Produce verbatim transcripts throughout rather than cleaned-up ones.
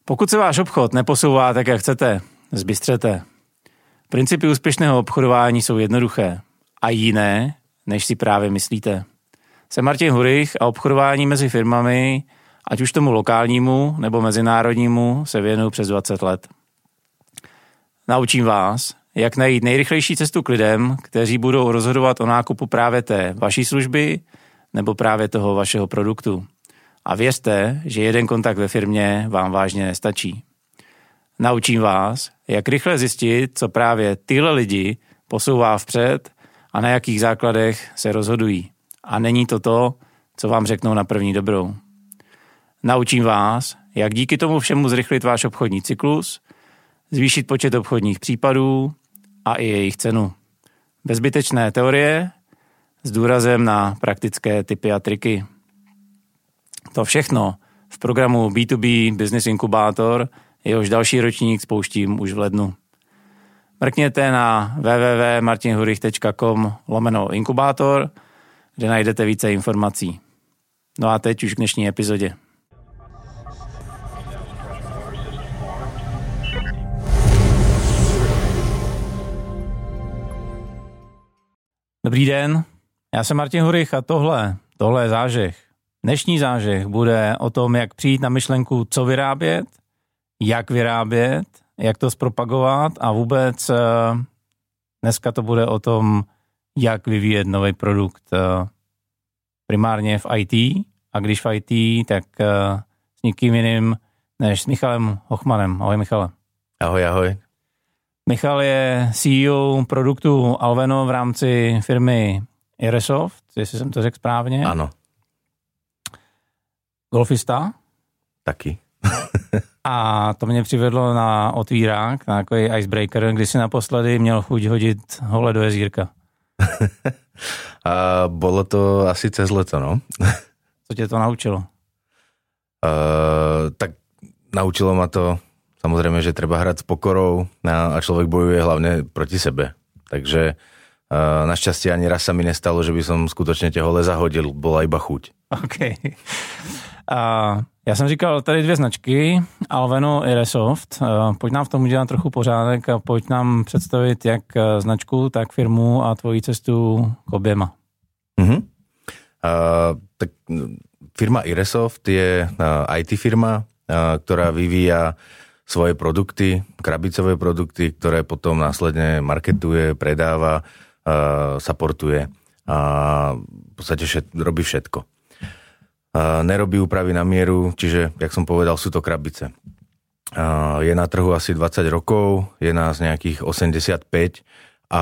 Pokud se váš obchod neposouvá tak, jak chcete, zbystřete. Principy úspěšného obchodování jsou jednoduché a jiné, než si právě myslíte. Jsem Martin Hurich a obchodování mezi firmami, ať už tomu lokálnímu nebo mezinárodnímu, se věnuju přes dvacet let. Naučím vás, jak najít nejrychlejší cestu k lidem, kteří budou rozhodovat o nákupu právě té vaší služby nebo právě toho vašeho produktu. A věřte, že jeden kontakt ve firmě vám vážně nestačí. Naučím vás, jak rychle zjistit, co právě tyhle lidi posouvá vpřed a na jakých základech se rozhodují. A není to to, co vám řeknou na první dobrou. Naučím vás, jak díky tomu všemu zrychlit váš obchodní cyklus, zvýšit počet obchodních případů a i jejich cenu. Bez zbytečné teorie, s důrazem na praktické tipy a triky. To všechno v programu bé dvě bé Business Inkubátor, jehož další ročník spouštím už v lednu. Mrkněte na w w w tečka martin hurich tečka com lomeno inkubátor, kde najdete více informací. No a teď už k dnešní epizodě. Dobrý den, já jsem Martin Hurich a tohle, tohle je zážeh. Dnešní zážeh bude o tom, jak přijít na myšlenku, co vyrábět, jak vyrábět, jak to zpropagovat a vůbec dneska to bude o tom, jak vyvíjet nový produkt primárně v í té a když v í té, tak s nikým jiným než s Michalem Hochmanem. Ahoj Michale. Ahoj, ahoj. Michal je C E O produktu Alveno v rámci firmy Iresoft, jestli jsem to řekl správně. Ano. Golfista. Taky. A to mě přivedlo na otvírák, na takový icebreaker, kdy si naposledy měl chuť hodit hole do jezírka. A bolo to asi cez leto, no. Co tě to naučilo? Uh, tak naučilo ma to samozrejme, že treba hrať s pokorou a človek bojuje hlavne proti sebe. Takže uh, našťastie ani raz sa mi nestalo, že by som skutočne tie hole zahodil, bola iba chuť. OK. Uh, já jsem říkal tady dvě značky, Alveno, Iresoft. Uh, pojď nám v tom udělat trochu pořádek a pojď nám představit jak značku, tak firmu a tvoji cestu k oběma. Uh-huh. Uh, tak firma Iresoft je uh, í té firma, uh, ktorá vyvíja svoje produkty, krabicové produkty, ktoré potom následne marketuje, predáva, uh, supportuje a v podstate všet, robí všetko. Uh, nerobí úpravy na mieru, čiže, jak som povedal, sú to krabice. Uh, je na trhu asi dvadsať rokov, je nás nejakých osemdesiatpäť a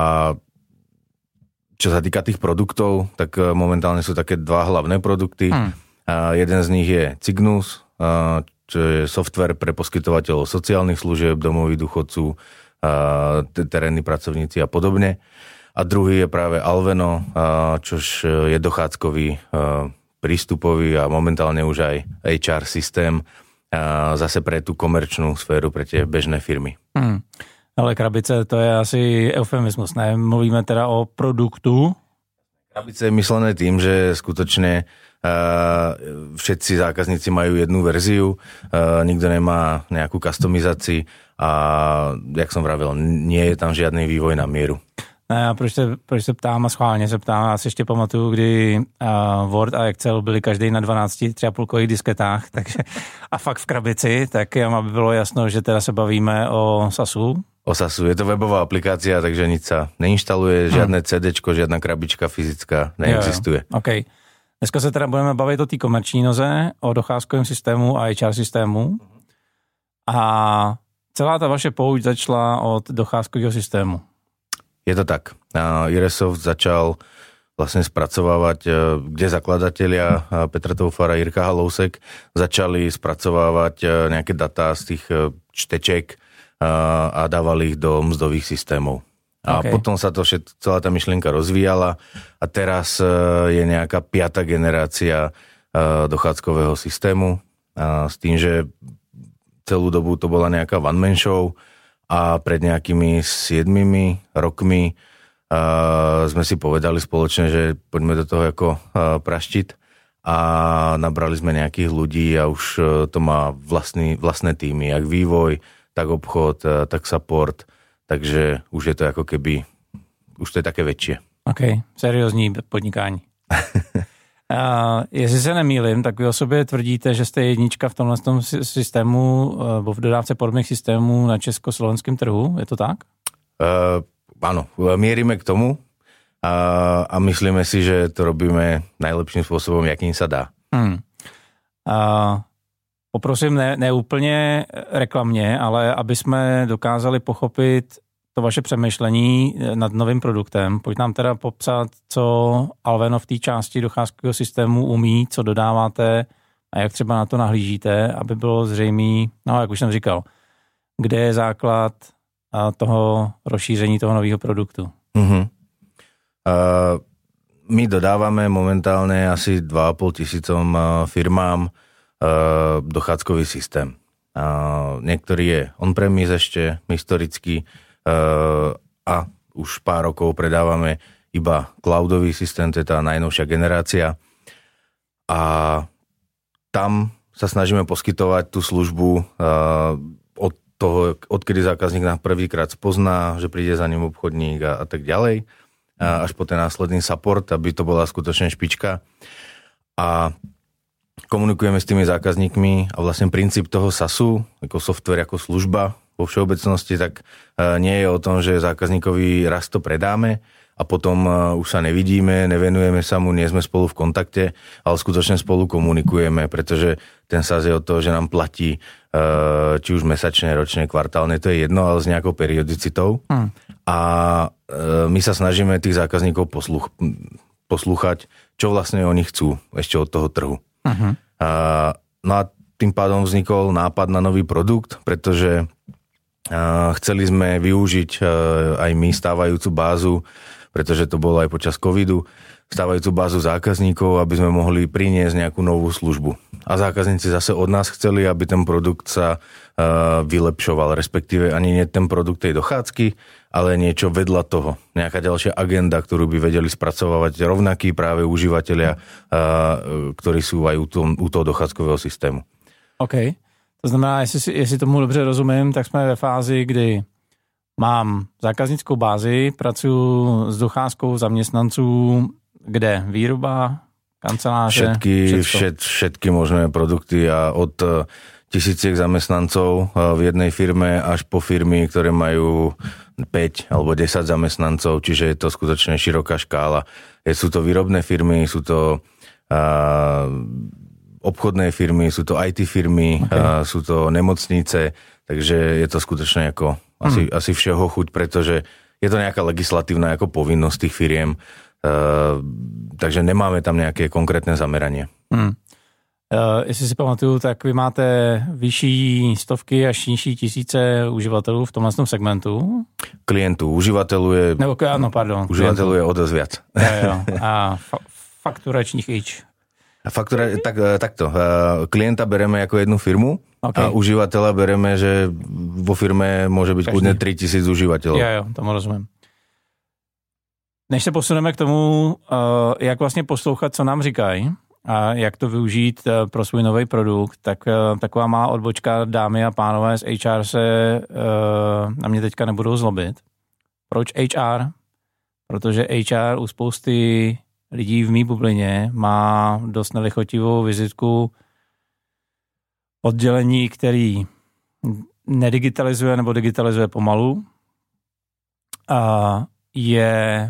čo sa týka tých produktov, tak uh, momentálne sú také dva hlavné produkty. Hmm. Uh, jeden z nich je Cygnus, uh, čo je software pre poskytovateľov sociálnych služieb, domových dôchodcov, uh, terénni pracovníci a podobne. A druhý je práve Alveno, uh, čož je dochádzkový uh, prístupový a momentálne už aj há er systém a zase pre tú komerčnú sféru, pre tie bežné firmy. Hmm. Ale krabice, to je asi eufemismus, ne? Mluvíme teda o produktu. Krabice je myslené tým, že skutočne uh, všetci zákazníci majú jednu verziu, uh, nikto nemá nejakú customizáciu a jak som vravel, nie je tam žiadny vývoj na mieru. Ne, a proč se, proč se ptám a schválně se ptám, já si ještě pamatuju, kdy uh, Word a Excel byli každý na dvanácti třeba půlkových disketách, takže a fakt v krabici, tak jen aby bylo jasno, že teda se bavíme o SASu. O SASu, je to webová aplikácia, takže nic sa neinštaluje, žiadne hmm. CDčko, žiadna krabička fyzická neexistuje. Jo, jo. OK. Dneska se teda budeme bavit o té komerční noze, o docházkovém systému a há er systému. A celá ta vaše pouť začala od docházkového systému. Je to tak. Iresoft začal vlastne spracovávať, kde zakladatelia Petr Toufar a Jirka Halousek začali spracovávať nejaké data z tých čteček a dávali ich do mzdových systémov. A okay. Potom sa to všet, celá tá myšlienka rozvíjala a teraz je nejaká piata generácia dochádzkového systému s tým, že celú dobu to bola nejaká one-man show a pred nejakými siedmimi rokmi uh, sme si povedali spoločne, že poďme do toho ako uh, praštiť a nabrali sme nejakých ľudí a už to má vlastný, vlastné týmy, jak vývoj, tak obchod, tak support, takže už je to ako keby, už to je také väčšie. OK, seriózní podnikání. A jestli se nemýlim, tak vy o sobě tvrdíte, že jste jednička v tomhle tom systému, nebo v dodávce podobných systémů na československém trhu, je to tak? Uh, áno, mierime k tomu a, a myslíme si, že to robíme najlepším spôsobom, jakým sa dá. Hmm. A poprosím, ne, ne úplně reklamně, ale aby jsme dokázali pochopit to vaše přemýšlení nad novým produktem. Pojď nám teda popsat, co Alveno v té části docházkového systému umí, co dodáváte a jak třeba na to nahlížíte, aby bylo zřejmé, no jak už jsem říkal, kde je základ toho rozšíření toho nového produktu. Uh-huh. Uh, my dodávame momentálne asi dva a pol tisícom firmám uh, dochádzkový systém. Uh, niektorý je on-premise ešte, historicky, Uh, a už pár rokov predávame iba cloudový systém, to je tá najnovšia generácia. A tam sa snažíme poskytovať tú službu uh, od toho, odkedy zákazník nás prvýkrát spozná, že príde za ním obchodník a, a tak ďalej, a až po ten následný support, aby to bola skutočne špička. A komunikujeme s tými zákazníkmi a vlastne princíp toho SaaSu, ako software, ako služba, vo všeobecnosti, tak nie je o tom, že zákazníkovi raz to predáme a potom už sa nevidíme, nevenujeme sa mu, nie sme spolu v kontakte, ale skutočne spolu komunikujeme, pretože ten SaaS je o to, že nám platí či už mesačne, ročne, kvartálne, to je jedno, ale s nejakou periodicitou. Hmm. A my sa snažíme tých zákazníkov posluch, poslúchať, čo vlastne oni chcú ešte od toho trhu. Hmm. No a tým pádom vznikol nápad na nový produkt, pretože chceli sme využiť aj my stávajúcu bázu, pretože to bolo aj počas covidu, stávajúcu bázu zákazníkov, aby sme mohli priniesť nejakú novú službu. A zákazníci zase od nás chceli, aby ten produkt sa vylepšoval, respektíve ani nie ten produkt tej dochádzky, ale niečo vedľa toho. Nejaká ďalšia agenda, ktorú by vedeli spracovávať rovnakí práve užívateľia, ktorí sú aj u toho, u toho dochádzkového systému. OK. To znamená, jestli, jestli tomu dobře rozumím, tak jsme ve fázi, kdy mám zákaznickou bázi, pracuji s docházkou zaměstnanců, kde výroba, kanceláře, všetky, všet, všetky možné produkty a od tisíciek zamestnancov v jednej firme až po firmy, ktoré majú päť alebo desať zamestnancov, čiže je to skutočne široká škála. Sú to výrobné firmy, sú to uh, obchodné firmy, sú to í té firmy, okay. a sú to nemocnice, takže je to skutočne ako hmm. asi, asi všeho chuť, pretože je to nejaká legislatívna ako povinnosť tých firiem, uh, takže nemáme tam nejaké konkrétne zameranie. Hmm. Uh, jestli si pamatuju, tak vy máte vyšší stovky až nižší tisíce uživatelů v tomhle segmentu. Klientů, uživatelů je... Nebo, ano, pardon. Uživatelů je o dosť viac. Jo, jo. A fa- fakturačních ič. Faktura, tak, takto. Klienta bereme ako jednu firmu, okay. A užívateľa bereme, že vo firme môže byť kľudne tri tisíc užívateľov. Jo, jo, tomu rozumím. Než se posuneme k tomu, jak vlastně poslouchat, co nám říkají a jak to využít pro svůj nový produkt, tak taková malá odbočka, dámy a pánové z há er se na mě teďka nebudou zlobit. Proč há er? Protože há er u spousty lidí v mý bublině má dost nelichotivou vizitku oddělení, který nedigitalizuje nebo digitalizuje pomalu a je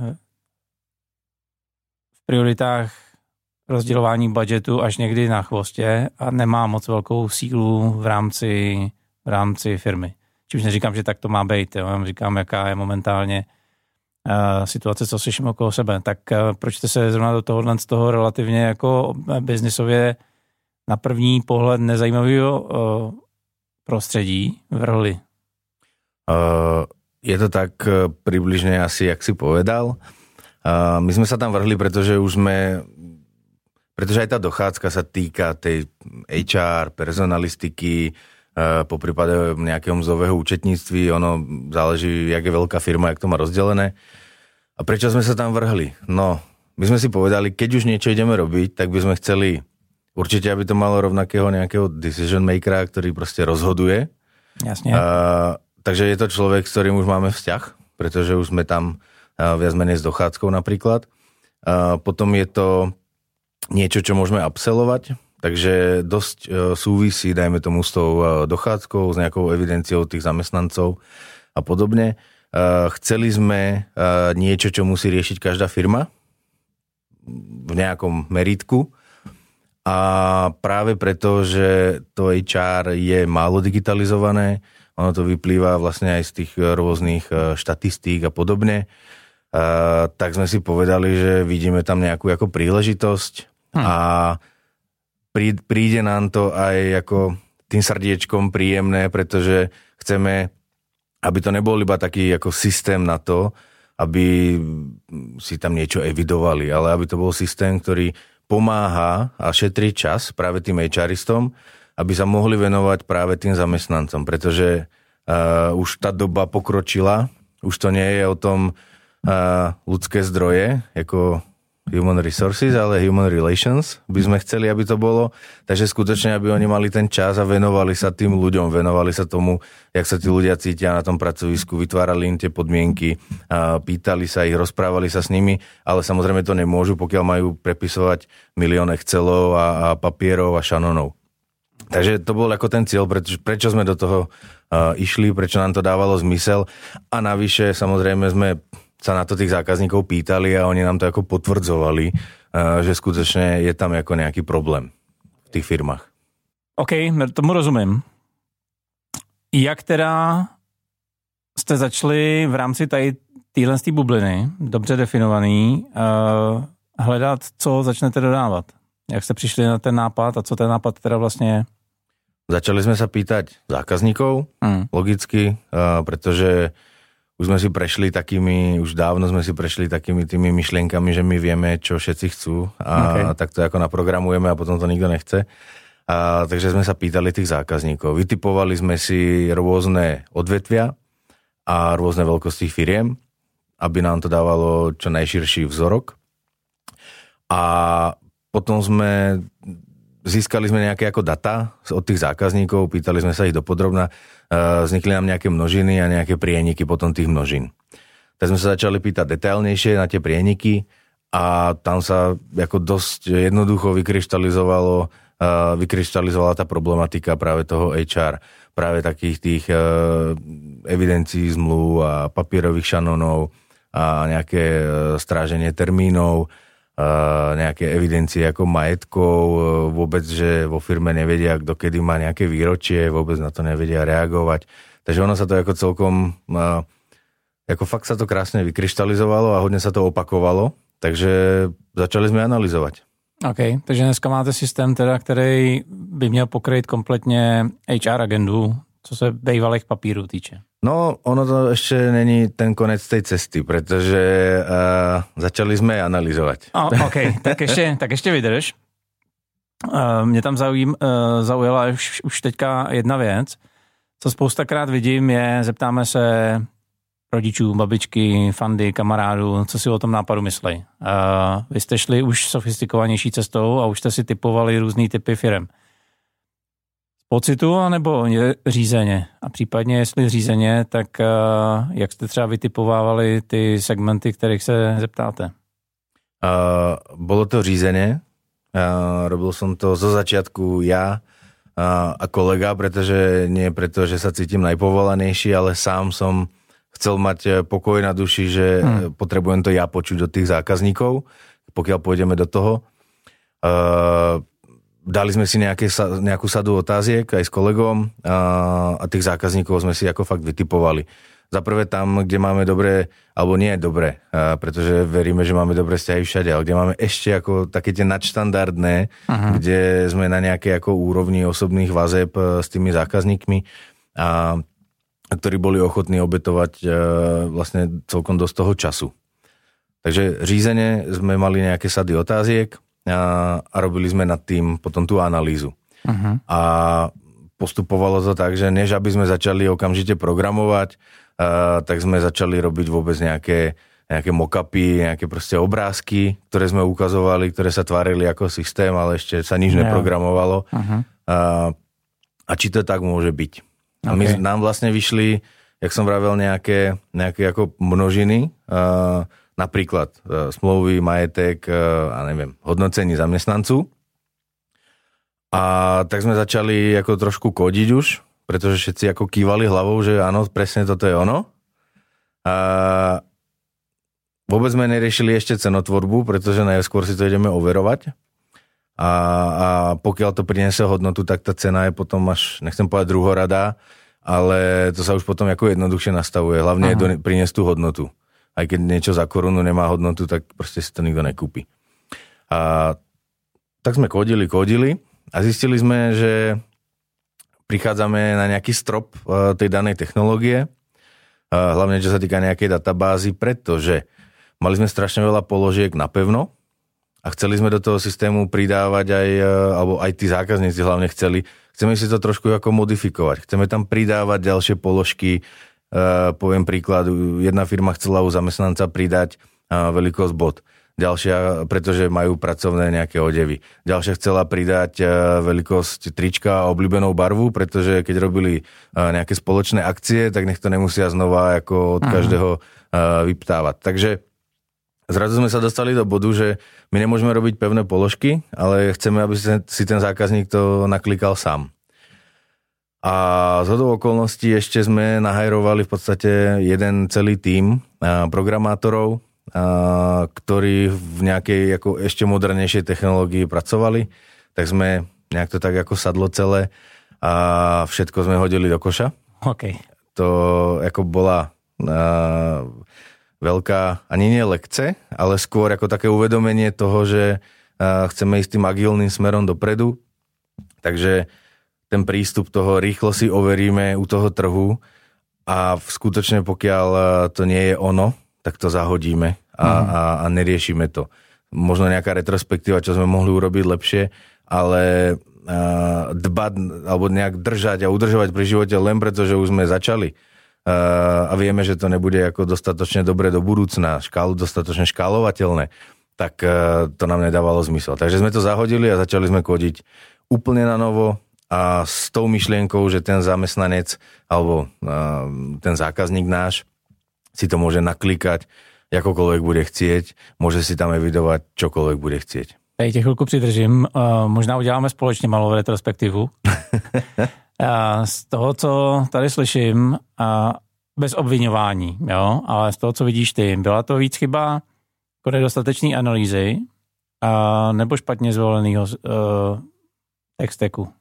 v prioritách rozdělování budgetu až někdy na chvostě a nemá moc velkou sílu v rámci, v rámci firmy. Čímž neříkám, že tak to má být, jo? Říkám, jaká je momentálně uh, situace, co slyším okolo sebe. Tak uh, proč jste se zrovna do tohohle z toho relativně jako biznisově na první pohled nezajímavého uh, prostředí vrhli? Uh, je to tak uh, približne asi, jak si povedal. Uh, my sme sa tam vrhli, pretože už sme pretože aj tá dochádzka sa týka tej há er, personalistiky, uh, po prípade nejakého mzdového účetníctví, ono záleží, jak je veľká firma, jak to má rozdelené. A prečo sme sa tam vrhli? No, my sme si povedali, keď už niečo ideme robiť, tak by sme chceli Určite, aby to malo rovnakého nejakého decision makera, ktorý proste rozhoduje. Jasne. Uh, takže je to človek, s ktorým už máme vzťah, pretože už sme tam uh, viac menej s dochádzkou napríklad. Uh, potom je to niečo, čo môžeme upsellovať, takže dosť uh, súvisí, dajme tomu, s tou uh, dochádzkou, s nejakou evidenciou tých zamestnancov a podobne. Uh, chceli sme uh, niečo, čo musí riešiť každá firma v nejakom meritku a práve preto, že to há er je málo digitalizované, ono to vyplýva vlastne aj z tých rôznych uh, štatistík a podobne, uh, tak sme si povedali, že vidíme tam nejakú ako príležitosť. Hmm. A príde nám to aj ako tým srdiečkom príjemné, pretože chceme, aby to nebol iba taký ako systém na to, aby si tam niečo evidovali, ale aby to bol systém, ktorý pomáha a šetrí čas práve tým há eristom, aby sa mohli venovať práve tým zamestnancom, pretože uh, už tá doba pokročila, už to nie je o tom uh, ľudské zdroje, ako human resources, ale human relations by sme chceli, aby to bolo. Takže skutočne, aby oni mali ten čas a venovali sa tým ľuďom, venovali sa tomu, jak sa tí ľudia cítia na tom pracovisku, vytvárali im tie podmienky, pýtali sa ich, rozprávali sa s nimi, ale samozrejme to nemôžu, pokiaľ majú prepisovať milión Excelov a, a papierov a šanonov. Takže to bol ako ten cieľ, prečo, prečo sme do toho uh, išli, prečo nám to dávalo zmysel a navyše samozrejme sme sa na to tých zákazníkov pýtali a oni nám to ako potvrdzovali, že skutočne je tam ako nejaký problém v tých firmách. OK, tomu rozumím. Jak teda jste začali v rámci tady téhle bubliny, dobře definovaný, hledat, co začnete dodávat? Jak jste přišli na ten nápad a co ten nápad teda vlastně je? Začali sme sa pýtať zákazníkov, hmm. logicky, pretože už sme si prešli takými, už dávno sme si prešli takými tými myšlienkami, že my vieme, čo všetci chcú a okay. tak to ako naprogramujeme a potom to nikto nechce. A, takže sme sa pýtali tých zákazníkov. Vytipovali sme si rôzne odvetvia a rôzne veľkosti firiem, aby nám to dávalo čo najširší vzorok. A potom sme získali sme nejaké ako data od tých zákazníkov, pýtali sme sa ich dopodrobna, vznikli nám nejaké množiny a nejaké prieniky potom tých množín. Tak sme sa začali pýtať detailnejšie na tie prieniky a tam sa ako dosť jednoducho vykryštalizovalo, vykryštalizovala tá problematika práve toho há er, práve takých tých evidencií zmluv a papierových šanonov a nejaké stráženie termínov, Uh, nejaké evidencie ako majetkov, uh, vôbec, že vo firme nevedia, kto kedy má nejaké výročie, vôbec na to nevedia reagovať. Takže ono sa to ako celkom, uh, ako fakt sa to krásne vykryštalizovalo a hodne sa to opakovalo, takže začali sme analyzovať. OK, takže dneska máte systém, teda, který by měl pokryt kompletně há er agendu, co se bývalých papírů týče. No, ono to ešte není ten konec tej cesty, pretože uh, začali sme analyzovať. Oh, OK, tak ešte, tak ešte vydrž. Uh, mě tam zaujím, uh, zaujala už, už teďka jedna věc, co spoustakrát vidím je, zeptáme se rodičů, babičky, fandy, kamarádů, co si o tom nápadu myslí. Uh, vy jste šli už sofistikovanější cestou a už jste si typovali různý typy firem. Pocitu, anebo řízeně? A případně, jestli řízeně, tak uh, jak jste třeba vytipovávali ty segmenty, kterých se zeptáte? Uh, bolo to řízeně. Uh, robil som to zo začiatku ja uh, a kolega, pretože nie preto, že sa cítim najpovolanejší, ale sám som chcel mať pokoj na duši, že hmm. potrebujem to ja počuť od tých zákazníkov, pokiaľ pôjdeme do toho. Uh, Dali sme si nejaké, nejakú sadu otáziek aj s kolegom a, a tých zákazníkov sme si ako fakt vytipovali. Za prvé tam, kde máme dobré, alebo nie je dobré, a pretože veríme, že máme dobré vzťahy všade, ale kde máme ešte ako také tie nadštandardné, aha, kde sme na nejakej ako úrovni osobných vazeb s tými zákazníkmi a, a ktorí boli ochotní obetovať a, vlastne celkom dosť toho času. Takže řízene sme mali nejaké sady otáziek a, a robili sme nad tým potom tú analýzu. Uh-huh. A postupovalo to tak, že než aby sme začali okamžite programovať, a, tak sme začali robiť vôbec nejaké nejaké mock-upy, nejaké proste obrázky, ktoré sme ukazovali, ktoré sa tvárili ako systém, ale ešte sa nič neprogramovalo. Uh-huh. A, a či to tak môže byť. Okay. My, nám vlastne vyšli, jak som vravel, nejaké, nejaké ako množiny, uh, napríklad uh, smlouvy, majetek, uh, a neviem, hodnocení zamestnancu. A tak sme začali ako trošku kodiť už, pretože všetci ako kývali hlavou, že áno, presne toto je ono. A vôbec sme neriešili ešte cenotvorbu, pretože najskôr si to ideme overovať. A, a pokiaľ to priniesie hodnotu, tak tá cena je potom až, nechcem povedať druhoradá, ale to sa už potom ako jednoduchšie nastavuje. Hlavne je to priniesť tú hodnotu. Aj keď niečo za korunu nemá hodnotu, tak proste si to nikto nekúpi. A tak sme kodili, kodili a zistili sme, že prichádzame na nejaký strop tej danej technológie, hlavne čo sa týka nejakej databázy, pretože mali sme strašne veľa položiek napevno a chceli sme do toho systému pridávať aj, alebo aj tí zákazníci hlavne chceli, chceme si to trošku ako modifikovať. Chceme tam pridávať ďalšie položky. Uh, poviem príklad, jedna firma chcela u zamestnanca pridať uh, veľkosť bod. Ďalšia, pretože majú pracovné nejaké odevy. Ďalšia chcela pridať uh, veľkosť trička a obľúbenú barvu, pretože keď robili uh, nejaké spoločné akcie, tak nech to nemusia znova ako od každého uh, vyptávať. Takže zrazu sme sa dostali do bodu, že my nemôžeme robiť pevné položky, ale chceme, aby si ten zákazník to naklikal sám. A z hodou okolností ešte sme nahajrovali v podstate jeden celý tím programátorov, ktorí v nejakej ako ešte modernejšej technológii pracovali. Tak sme nejak to tak ako sadlo celé a všetko sme hodili do koša. Okay. To ako bola... Uh, veľká, ani nie lekce, ale skôr ako také uvedomenie toho, že chceme ísť tým agilným smerom dopredu. Takže ten prístup toho rýchlo si overíme u toho trhu a skutočne pokiaľ to nie je ono, tak to zahodíme a, mm. a, a neriešime to. Možno nejaká retrospektíva, čo sme mohli urobiť lepšie, ale dbať alebo nejak držať a udržovať pri živote len preto, že už sme začali. Uh, a vieme, že to nebude ako dostatočne dobre do budúcna, škálu dostatočne škálovateľné, tak uh, to nám nedávalo zmysel. Takže sme to zahodili a začali sme kodiť úplne na novo a s tou myšlienkou, že ten zamestnanec alebo uh, ten zákazník náš si to môže naklikať, akokoľvek bude chcieť, môže si tam evidovať, čokoľvek bude chcieť. Tady tě chvilku přidržím, uh, možná uděláme společně malou retrospektivu. Z toho, co tady slyším, bez obviňování, jo, ale z toho, co vidíš ty, byla to víc chyba jako nedostatečný analýzy nebo špatně zvoleného uh, tech stacku? Uh,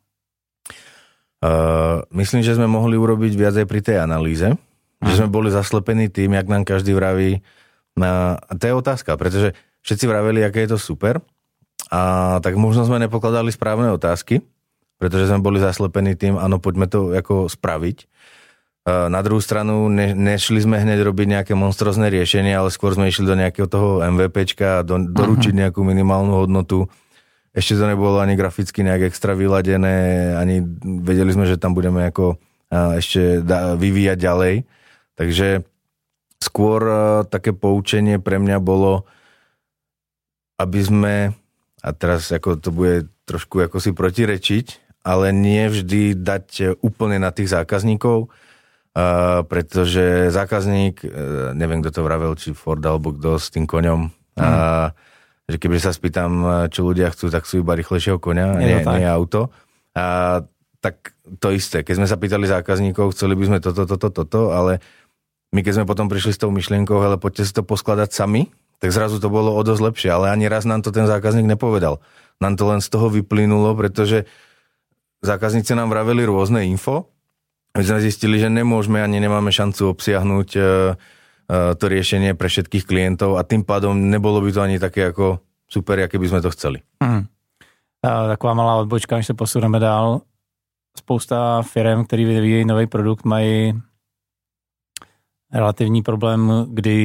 myslím, že sme mohli urobiť viac aj pri tej analýze, hmm. že sme boli zaslepení tým, jak nám každý vraví. Na... A to je otázka, pretože všetci vraveli, aké je to super, a tak možno sme nepokladali správne otázky, pretože sme boli zaslepení tým, áno, poďme to ako spraviť. Na druhú stranu ne, nešli sme hneď robiť nejaké monstrozné riešenie, ale skôr sme išli do nejakého toho MVPčka a do, doručiť nejakú minimálnu hodnotu. Ešte to nebolo ani graficky nejak extra vyladené, ani vedeli sme, že tam budeme ako ešte vyvíjať ďalej. Takže skôr také poučenie pre mňa bolo, aby sme, a teraz ako to bude trošku ako si protirečiť, ale nie vždy dať úplne na tých zákazníkov, uh, pretože zákazník, uh, neviem, kto to vravel, či Ford alebo kto s tým koňom, mm. uh, že keby sa spýtam, čo ľudia chcú, tak sú iba rýchlejšieho koňa, nie, nie auto. Uh, tak to isté, keď sme sa pýtali zákazníkov, chceli by sme toto, toto, toto, ale my keď sme potom prišli s tou myšlienkou, ale poďte si to poskladať sami, tak zrazu to bolo o dosť lepšie, ale ani raz nám to ten zákazník nepovedal. Nám to len z toho vyplynulo, pretože zákazníci nám vraveli rôzne info. My sme zistili, že nemôžeme ani nemáme šancu obsiahnuť uh, uh, to riešenie pre všetkých klientov a tým pádom nebolo by to ani také ako super, aké by sme to chceli. Hmm. Taková malá odbočka, než se posuneme dál. Spousta firm, který vyvíjejí nový produkt, mají relativní problém, kdy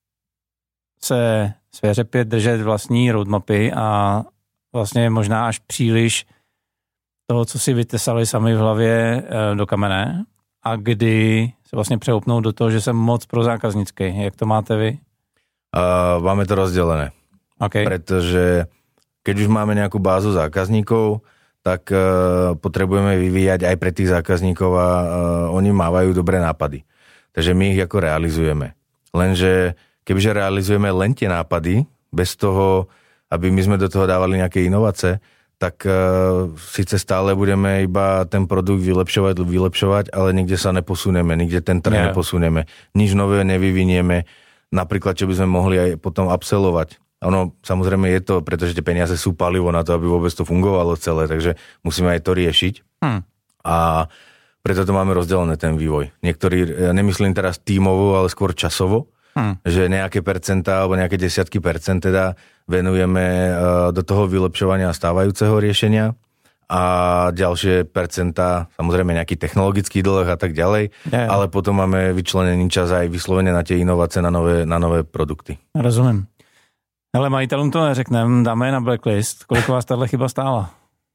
se svěřepě držet vlastní roadmapy a vlastně možná až příliš toho, co si vytesali sami v hlavě do kamene a kdy se vlastně přehoupnou do toho, že jsem moc pro zákaznický. Jak to máte vy? Uh, máme to rozdelené. Okay. Pretože keď už máme nejakú bázu zákazníkov, tak uh, potrebujeme vyvíjať aj pre tých zákazníkov a uh, oni mávajú dobré nápady. Takže my ich ako realizujeme. Lenže kebyže realizujeme len tie nápady, bez toho, aby my sme do toho dávali nejaké inovace, tak uh, síce stále budeme iba ten produkt vylepšovať, vylepšovať, ale nikde sa neposuneme, nikde ten trh yeah. neposuneme. Nič nové nevyvinieme, napríklad, čo by sme mohli aj potom upsellovať. Ono, samozrejme je to, pretože tie peniaze sú palivo na to, aby vôbec to fungovalo celé, takže musíme aj to riešiť. Hmm. A preto to máme rozdelené ten vývoj. Niektorí, ja nemyslím teraz tímovo, ale skôr časovo, hmm. že nejaké percentá alebo nejaké desiatky percent teda venujeme do toho vylepšovania stávajúceho riešenia a ďalšie percentá, samozrejme nejaký technologický dlh a tak ďalej, ja, ja. ale potom máme vyčlenený čas aj vyslovene na tie inovace, na nové, na nové produkty. Rozumím. Ale majitelům to neřekneme, dáme je na blacklist. Kolik vás tahle chyba stála?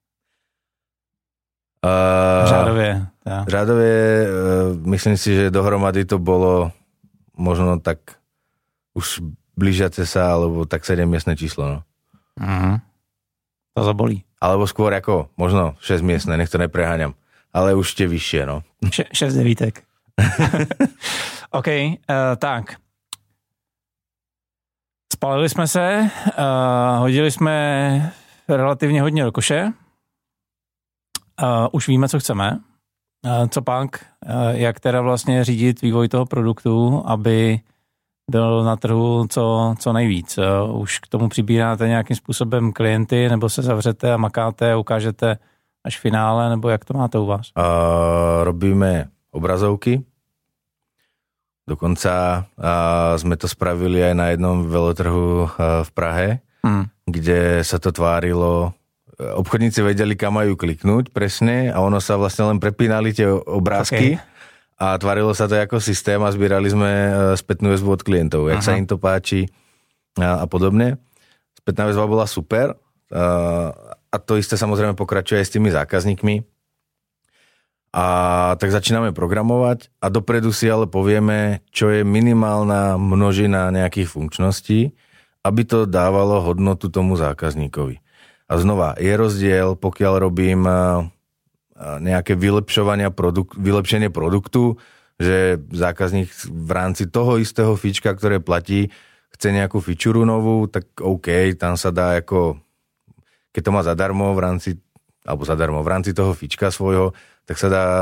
Uh, řádově. Ja. Řádově, uh, myslím si, že dohromady to bolo možno tak už blížiace sa, alebo tak sedemmiestne číslo. No. Uh-huh. To zabolí. Alebo skôr ako, možno šesťmiestne, nech to nepreháňam. Ale už tie vyššie, no. Še- šest devítek. OK, uh, tak. Spalili jsme se, uh, hodili jsme relativně hodně do koše. Uh, už víme, co chceme. Uh, co pak? Uh, jak teda vlastně řídit vývoj toho produktu, aby byl na trhu co, co nejvíc. Uh, už k tomu přibíráte nějakým způsobem klienty, nebo se zavřete a makáte a ukážete až v finále, nebo jak to máte u vás? Uh, robíme obrazovky. Dokonca uh, sme to spravili aj na jednom veletrhu uh, v Prahe, hmm. kde sa to tvárilo. Obchodníci vedeli, kam majú kliknúť presne a ono sa vlastne len prepínali tie obrázky okay. a tvárilo sa to ako systém a zbierali sme uh, spätnú väzbu od klientov, jak Aha. sa im to páči a, a podobne. Spätná väzba bola super uh, a to isté samozrejme pokračuje aj s tými zákazníkmi. A tak začíname programovať a dopredu si ale povieme, čo je minimálna množina nejakých funkčností, aby to dávalo hodnotu tomu zákazníkovi. A znova, je rozdiel, pokiaľ robím nejaké vylepšovania produk- vylepšenie produktu, že zákazník v rámci toho istého fička, ktoré platí, chce nejakú fičuru novú, tak OK, tam sa dá ako, keď to má zadarmo v rámci, alebo zadarmo v rámci toho fička svojho, tak sa dá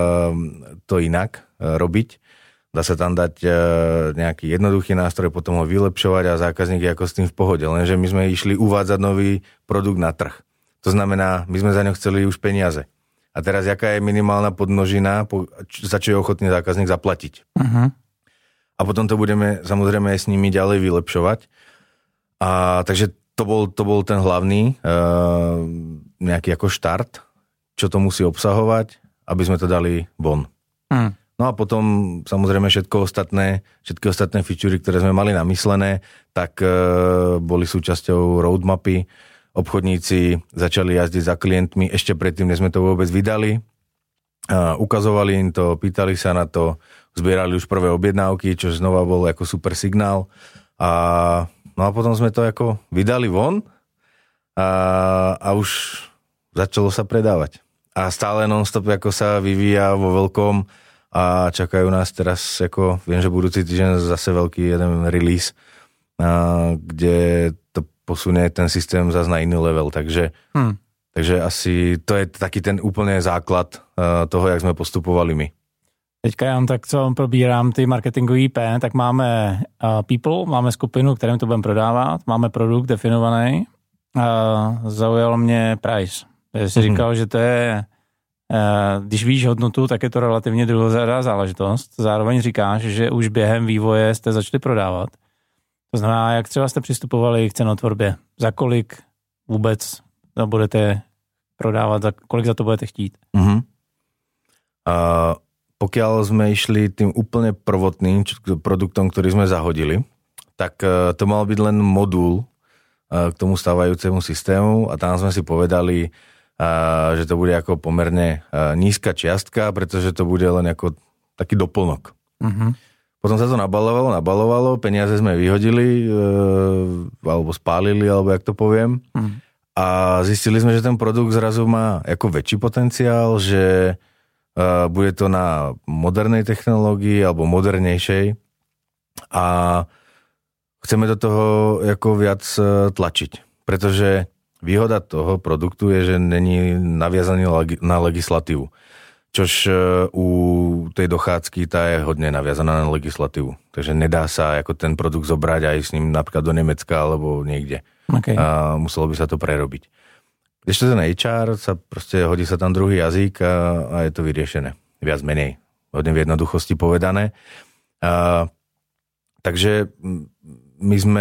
to inak robiť. Dá sa tam dať nejaký jednoduchý nástroj, potom ho vylepšovať a zákazník je ako s tým v pohode. Lenže my sme išli uvádzať nový produkt na trh. To znamená, my sme za ňo chceli už peniaze. A teraz, jaká je minimálna podmnožina, za čo je ochotný zákazník zaplatiť. Uh-huh. A potom to budeme samozrejme aj s nimi ďalej vylepšovať. A takže to bol, to bol ten hlavný uh, nejaký ako štart, čo to musí obsahovať, aby sme to dali von. Mm. No a potom samozrejme všetko ostatné, všetky ostatné featurey, ktoré sme mali namyslené, tak e, boli súčasťou roadmapy. Obchodníci začali jazdiť za klientmi ešte predtým, než sme to vôbec vydali. E, ukazovali im to, pýtali sa na to, zbierali už prvé objednávky, čo znova bol ako super signál. A, no a potom sme to ako vydali von a, a už začalo sa predávať. A stále non-stop ako sa vyvíja vo veľkom a čakajú nás teraz, ako viem, že budúci týždeň zase veľký jeden release, a, kde to posunie ten systém zase na iný level. Takže, hmm. takže asi to je taký ten úplne základ a, toho, jak sme postupovali my. Teďka já tak, co probírám ty marketingový P, tak máme uh, people, máme skupinu, kterým to budeme prodávat, máme produkt definovaný, uh, zaujalo mě price. Já si říkal, že to je, když víš hodnotu, tak je to relativně druhořadá záležitost. Zároveň říkáš, že už během vývoje jste začali prodávat. To znamená, jak třeba jste přistupovali k cenotvorbě? Za kolik vůbec to budete prodávat? Za kolik za to budete chtít? Uh-huh. Uh, pokiaľ sme išli tým úplne prvotným produktom, ktorý sme zahodili, tak uh, to mal byť len modul uh, k tomu stávajúcemu systému a tam sme si povedali, a že to bude ako pomerne nízka čiastka, pretože to bude len ako taký doplnok. Uh-huh. Potom sa to nabalovalo, nabalovalo, peniaze sme vyhodili, e, alebo spálili, alebo jak to poviem. Mm. A zistili sme, že ten produkt zrazu má ako väčší potenciál, že e, bude to na modernej technológii, alebo modernejšej. A chceme do toho ako viac tlačiť. Pretože výhoda toho produktu je, že není naviazaný na legislatívu. Čož u tej dochádzky tá je hodne naviazaná na legislatívu. Takže nedá sa ako ten produkt zobrať aj s ním napríklad do Nemecka alebo niekde. Okay. A muselo by sa to prerobiť. Ešte ten há er sa proste hodí sa tam druhý jazyk a, a je to vyriešené. Viac menej. Hodne v jednoduchosti povedané. A, takže my sme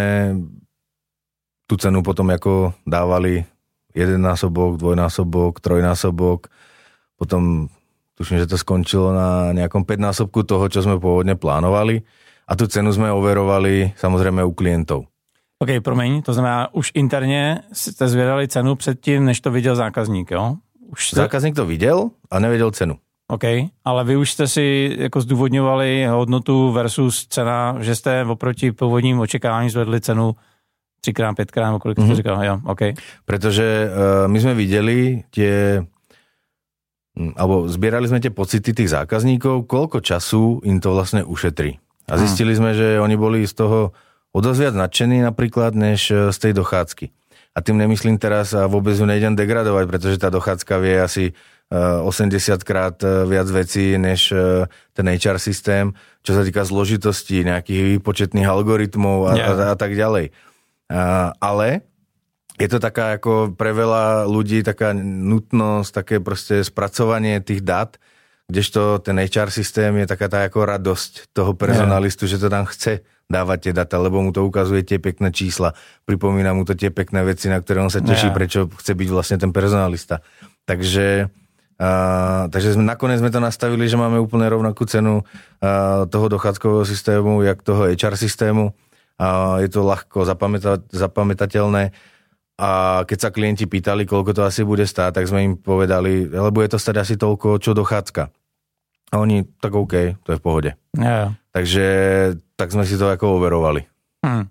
tú cenu potom ako dávali jedennásobok, dvojnásobok, trojnásobok, potom tuším, že to skončilo na nejakom päťnásobku toho, čo sme pôvodne plánovali a tú cenu sme overovali samozrejme u klientov. OK, promiň, to znamená, už interně jste zvědali cenu předtím, než to viděl zákazník, jo? Už jste... Zákazník to viděl a nevěděl cenu. OK, ale vy už jste si jako zdůvodňovali hodnotu versus cena, že jste oproti původním očekávání zvedli cenu třikrát, pětkrát, kolik mm-hmm. jste říkal, jo, OK. Pretože uh, my sme videli tie alebo zbierali sme tie pocity tých zákazníkov, koľko času im to vlastne ušetrí. A zistili sme, že oni boli z toho o dosť viac nadšení napríklad, než z tej dochádzky. A tým nemyslím teraz a vôbec ju nejdem degradovať, pretože tá dochádzka vie asi osemdesiatkrát viac vecí, než ten há er systém, čo sa týka zložitosti, nejakých výpočetných algoritmov a, yeah. a, a tak ďalej. A, ale je to taká ako pre veľa ľudí taká nutnosť, také proste spracovanie tých dát, kdežto ten há er systém je taká tá ako radosť toho personalistu, yeah. že to tam chce dávať tie data, lebo mu to ukazuje tie pekné čísla, pripomína mu to tie pekné veci, na ktoré on sa teší, yeah. prečo chce byť vlastne ten personalista. Takže, uh, takže sme, nakoniec sme to nastavili, že máme úplne rovnakú cenu uh, toho dochádzkového systému, jak toho há er systému. Uh, je to ľahko zapamäta- zapamätateľné. A keď sa klienti pýtali, koľko to asi bude stáť, tak sme im povedali, lebo je to stať asi toľko, čo dochádzka. A oni, tak OK, to je v pohode. Yeah. Takže tak sme si to ako overovali. Hmm.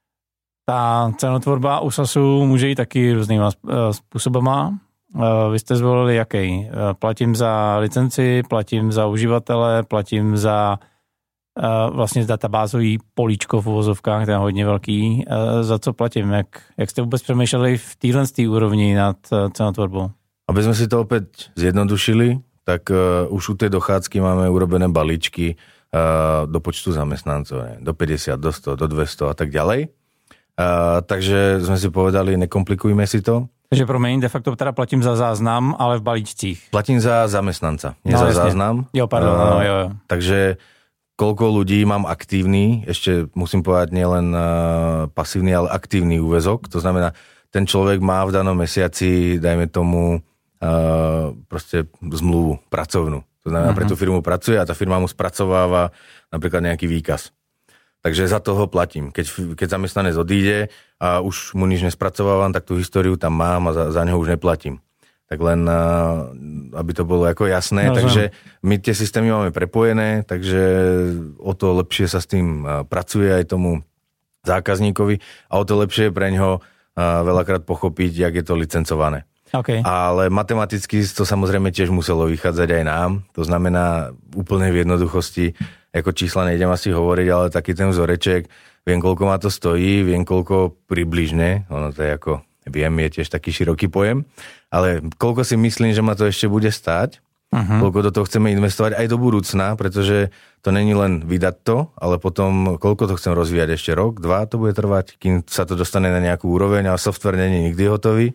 Ta cenotvorba u SaaSu může jít taky různýma způsobama. Vy jste zvolili jaký? Platím za licenci, platím za uživatele, platím za vlastně databázový políčko v uvozovkách, to je hodně velký. Za co platím? Jak, jak jste vůbec přemýšleli v téhle úrovni nad cenotvorbou? Aby sme si to opäť zjednodušili, tak uh, už u tej dochádzky máme urobené balíčky uh, do počtu zamestnancov, ne? Do päťdesiat, do sto, do dvesto a tak ďalej. Uh, takže sme si povedali, nekomplikujme si to. Takže promiň, de facto teda platím za záznam, ale v balíčcích. Platím za zamestnanca, nie no, za jasne. Záznam. Jo, pardon, uh, no, jo, jo. Takže koľko ľudí mám aktívny, ešte musím povedať nielen uh, pasívny, ale aktívny úväzok. To znamená, ten človek má v danom mesiaci, dajme tomu, uh, proste zmluvu pracovnú. To znamená, mm-hmm. pre tú firmu pracuje a tá firma mu spracováva napríklad nejaký výkaz. Takže za toho platím. Keď, keď zamestnanec odíde a už mu nič nespracovávam, tak tú históriu tam mám a za, za neho už neplatím. Tak len, aby to bolo ako jasné. No, takže my tie systémy máme prepojené, takže o to lepšie sa s tým pracuje aj tomu zákazníkovi a o to lepšie je pre ňoho veľakrát pochopiť, jak je to licencované. Okay. Ale matematicky to samozrejme tiež muselo vychádzať aj nám. To znamená úplne v jednoduchosti, ako čísla nejdem asi hovoriť, ale taký ten vzoreček, viem, koľko ma to stojí, viem, koľko približne, ono to je ako... Viem, je tiež taký široký pojem, ale koľko si myslím, že ma to ešte bude stáť, uh-huh. koľko do toho chceme investovať aj do budúcna, pretože to není len vydať to, ale potom koľko to chcem rozvíjať ešte rok, dva to bude trvať, kým sa to dostane na nejakú úroveň, ale software není nikdy hotový.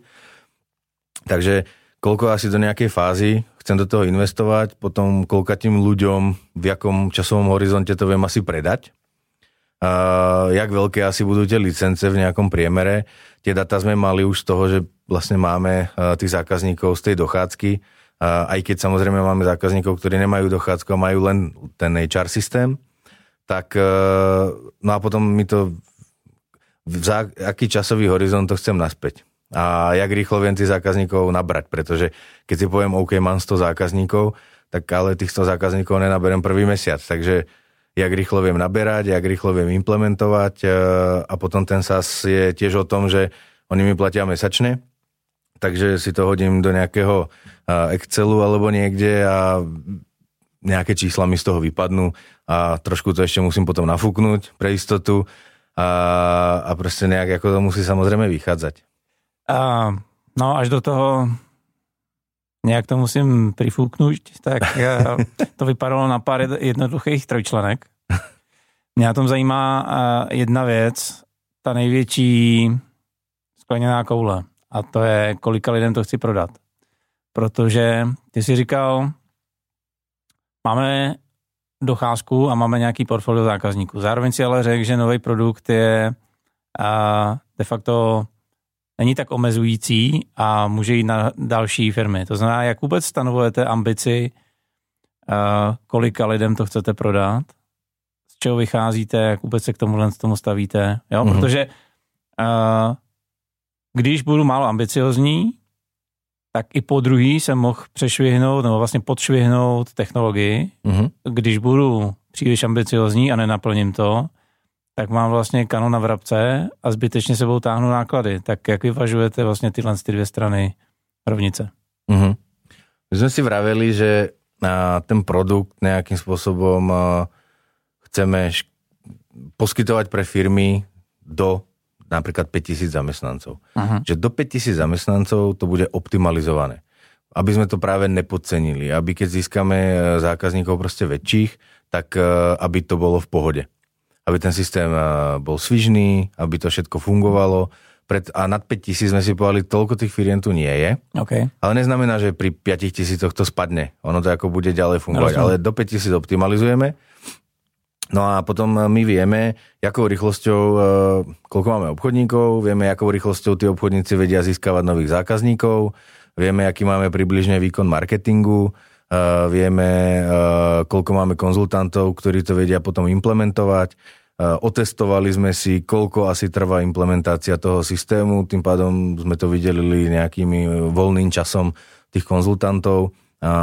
Takže koľko asi do nejakej fázy chcem do toho investovať, potom koľkatým ľuďom, v jakom časovom horizonte to viem asi predať. Uh, jak veľké asi budú tie licence v nejakom priemere. Tie data sme mali už z toho, že vlastne máme uh, tých zákazníkov z tej dochádzky, uh, aj keď samozrejme máme zákazníkov, ktorí nemajú dochádzku a majú len ten há er systém, tak uh, no a potom mi to za aký časový horizont to chcem naspäť. A jak rýchlo viem tých zákazníkov nabrať, pretože keď si poviem, OK, mám sto zákazníkov, tak ale tých sto zákazníkov nenaberem prvý mesiac, takže jak rýchlo viem naberať, jak rýchlo viem implementovať a potom ten SaaS je tiež o tom, že oni mi platia mesačne, takže si to hodím do nejakého Excelu alebo niekde a nejaké čísla mi z toho vypadnú a trošku to ešte musím potom nafúknuť pre istotu a, a proste nejak ako to musí samozrejme vychádzať. Uh, no až do toho nějak to musím prifúknout, tak uh, to vypadalo na pár jednoduchých trojčlenek. Mě na tom zajímá uh, jedna věc, ta největší skleněná koule a to je, kolika lidem to chci prodat. Protože ty jsi říkal, máme docházku a máme nějaký portfolio zákazníků. Zároveň si ale řekl, že nový produkt je uh, de facto není tak omezující a může jít na další firmy. To znamená, jak vůbec stanovujete ambici, uh, kolika lidem to chcete prodat, z čeho vycházíte, jak vůbec se k tomuhle tomu stavíte. Jo? Mm-hmm. Protože uh, když budu málo ambiciozní, tak i po druhý jsem mohl přešvihnout nebo vlastně podšvihnout technologii. Mm-hmm. Když budu příliš ambiciozní a nenaplním to, tak mám vlastně kanon na vrabce a zbytečně sebou táhnu náklady. Tak jak vyvažujete vlastně tyhle ty dvě strany rovnice? Mm-hmm. My sme si vraveli, že ten produkt nejakým spôsobom chceme poskytovať pre firmy do napríklad päťtisíc zamestnancov. Uh-huh. Že do päťtisíc zamestnancov to bude optimalizované. Aby sme to práve nepodcenili. Aby keď získame zákazníkov proste väčších, tak aby to bolo v pohode. Aby ten systém bol svižný, aby to všetko fungovalo. Pred, a nad päťtisíc sme si povedali, toľko tých firiem tu nie je. Okay. Ale neznamená, že pri päťtisícoch to spadne. Ono to ako bude ďalej fungovať. Rozumiem. Ale do päťtisíc optimalizujeme. No a potom my vieme, jakou rýchlosťou, koľko máme obchodníkov, vieme, jakou rýchlosťou tí obchodníci vedia získavať nových zákazníkov, vieme, aký máme približne výkon marketingu, vieme, koľko máme konzultantov, ktorí to vedia potom implementovať. Otestovali sme si, koľko asi trvá implementácia toho systému, tým pádom sme to vydelili nejakým voľným časom tých konzultantov.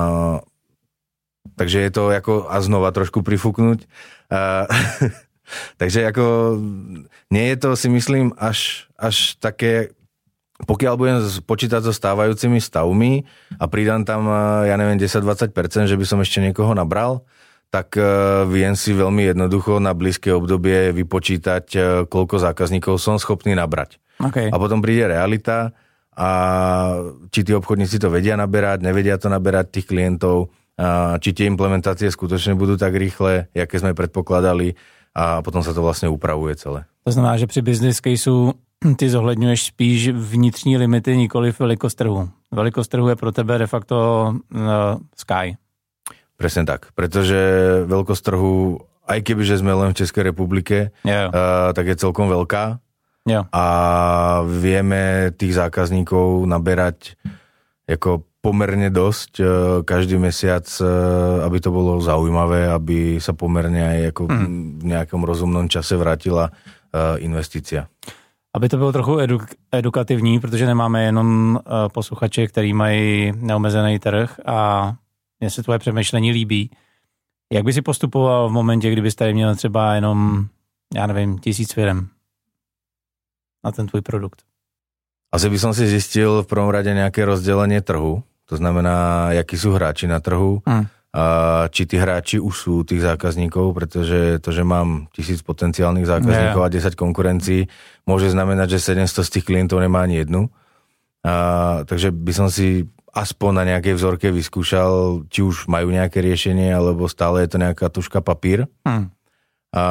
Takže je to ako a znova trošku prifúknuť. Uh, takže ako nie je to, si myslím, až, až také, pokiaľ budem počítať so stávajúcimi stavmi a pridám tam, ja neviem, desať až dvadsať percent, že by som ešte niekoho nabral, tak uh, viem si veľmi jednoducho na blízke obdobie vypočítať, uh, koľko zákazníkov som schopný nabrať. Okay. A potom príde realita a či tí obchodníci to vedia naberať, nevedia to naberať tých klientov, či tie implementácie skutočne budú tak rýchle, jaké sme predpokladali a potom sa to vlastne upravuje celé. To znamená, že při business caseu ty zohledňuješ spíš vnitřní limity, nikoliv velikost trhu. Velikost trhu je pro tebe de facto uh, sky. Presne tak, pretože veľkosť trhu, aj keby, že sme len v Českej republike, yeah. uh, tak je celkom veľká yeah. a vieme tých zákazníkov naberať ako pomerne dosť každý mesiac, aby to bolo zaujímavé, aby sa pomerne aj ako hmm. v nejakom rozumnom čase vrátila investícia. Aby to bylo trochu eduk- edukativní, protože nemáme jenom posluchače, který mají neomezený trh a mně se tvoje přemýšlení líbí. Jak by si postupoval v momentě, kdybyste tady měl třeba jenom, já nevím, tisíc firem na ten tvůj produkt? Asi by som si zistil v prvom rade nejaké rozdelenie trhu, to znamená, jakí sú hráči na trhu, hmm. a či tí hráči už sú tých zákazníkov, pretože to, že mám tisíc potenciálnych zákazníkov yeah. a desať konkurencií, môže znamenať, že sedemsto z tých klientov nemá ani jednu. A, takže by som si aspoň na nejakej vzorke vyskúšal, či už majú nejaké riešenie, alebo stále je to nejaká tužka papír. Hmm. A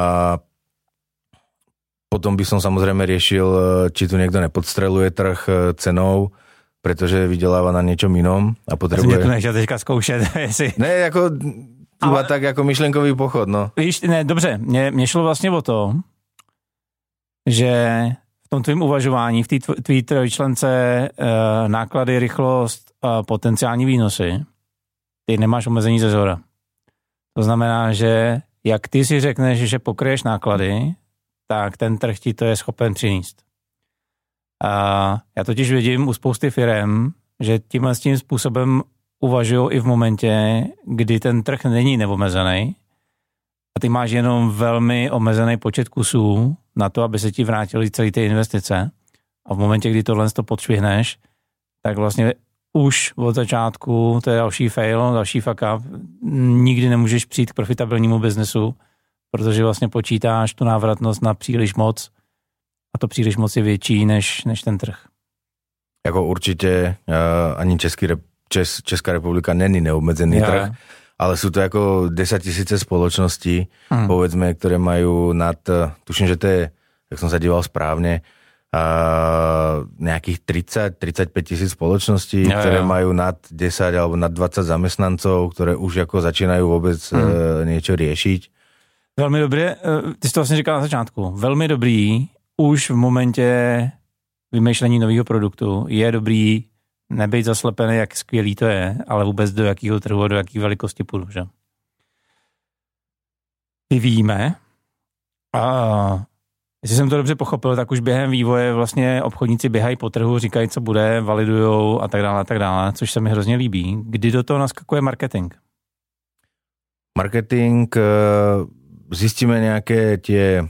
potom by som samozrejme riešil, či tu niekto nepodstreluje trh cenou, pretože vydeláva na niečom inom a potrebuje... Asi mě to teďka zkoušet, jestli... Ne, jako ale... tak jako myšlenkový pochod, no. Víš, ne, dobře, mě, mě šlo vlastně o to, že v tom tvým uvažování, v té tvý trojčlence e, náklady, rychlost a potenciální výnosy, ty nemáš omezení ze zhora. To znamená, že jak ty si řekneš, že pokryješ náklady, tak ten trh ti to je schopen přinést. A já totiž vidím u spousty firem, že tímhle s tím způsobem uvažují i v momentě, kdy ten trh není neomezený. A a ty máš jenom velmi omezený počet kusů na to, aby se ti vrátily celé ty investice. A v momentě, kdy tohle to podšvihneš, tak vlastně už od začátku, to je další fail, další fuck up, nikdy nemůžeš přijít k profitabilnímu biznesu, protože vlastně počítáš tu návratnost na příliš moc a to příliš moc je větší než, než ten trh. Jako určitě uh, ani Český, Čes, Česká republika není neobmedzený ja. trh, ale sú to jako desaťtisíce spoločností, hmm. povedzme, ktoré majú nad, tuším, že to je, jak som sa díval správne, Uh, nejakých tridsať až tridsaťpäť tisíc spoločností, ja, ktoré ja. majú nad desať alebo nad dvadsať zamestnancov, ktoré už ako začínajú vôbec hmm. uh, niečo riešiť. Velmi dobré, ty jsi to vlastně říkal na začátku, velmi dobrý, už v momentě vymýšlení nového produktu je dobrý nebejt zaslepený, jak skvělý to je, ale vůbec do jakého trhu a do jaký velikosti půjdu, že? Vyvíjíme a jestli jsem to dobře pochopil, tak už během vývoje vlastně obchodníci běhají po trhu, říkají, co bude, validujou a tak dále, a tak dále, což se mi hrozně líbí. Kdy do toho naskakuje marketing? Marketing, zjistíme nějaké tě,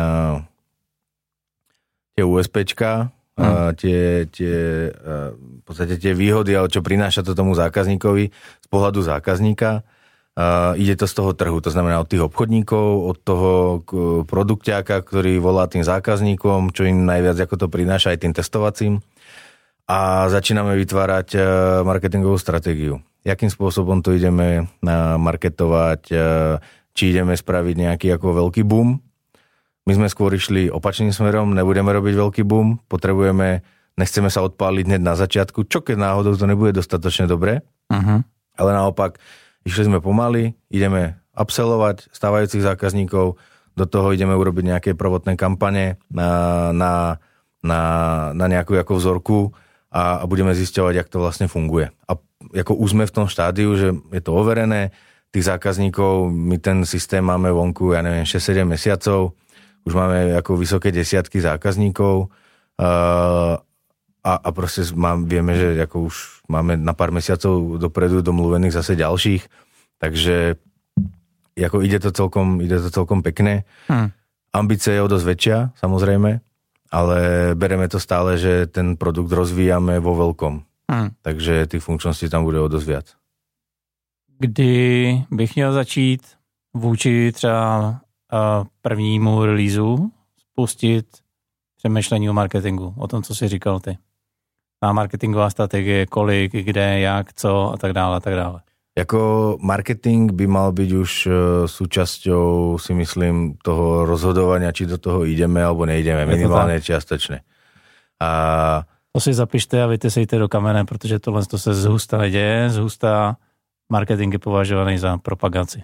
tě USPčka, hmm. tě, tě, v podstate tie výhody, ale čo prináša to tomu zákazníkovi z pohľadu zákazníka. Uh, ide to z toho trhu, to znamená od tých obchodníkov, od toho produkťáka, ktorý volá tým zákazníkom, čo im najviac ako to prináša aj tým testovacím. A začíname vytvárať uh, marketingovú stratégiu. Jakým spôsobom to ideme uh, marketovať, uh, či ideme spraviť nejaký ako veľký boom. My sme skôr išli opačným smerom, nebudeme robiť veľký boom, potrebujeme, nechceme sa odpáliť hneď na začiatku, čo keď náhodou to nebude dostatočne dobré, uh-huh. ale naopak išli sme pomaly, ideme upsellovať stávajúcich zákazníkov, do toho ideme urobiť nejaké prvotné kampane na, na, na, na nejakú ako vzorku a, a budeme zisťovať, jak to vlastne funguje. A ako už sme v tom štádiu, že je to overené, tých zákazníkov, my ten systém máme vonku, ja neviem, šesť sedem mesiacov, už máme ako vysoké desiatky zákazníkov uh, a, a proste mám, vieme, že ako už máme na pár mesiacov dopredu domluvených zase ďalších, takže ako ide to celkom, ide to celkom pekne. Hmm. Ambícia je o dosť väčšia, samozrejme, ale bereme to stále, že ten produkt rozvíjame vo veľkom. Hmm. Takže tých funkčností tam bude o dosť viac. Kdy bych měl začít vůči třeba prvnímu releaseu spustit přemýšlení o marketingu, o tom, co jsi říkal ty. A marketingová strategie, kolik, kde, jak, co a tak dále a tak dále. Jako marketing by mal byť už súčasťou, si myslím, toho rozhodovania, či do toho ideme alebo nejdeme, minimálne čiastočne. A to si zapište a vytesejte do kamene, protože tohle to se zhusta neděje, zhusta marketing je považovaný za propagaci.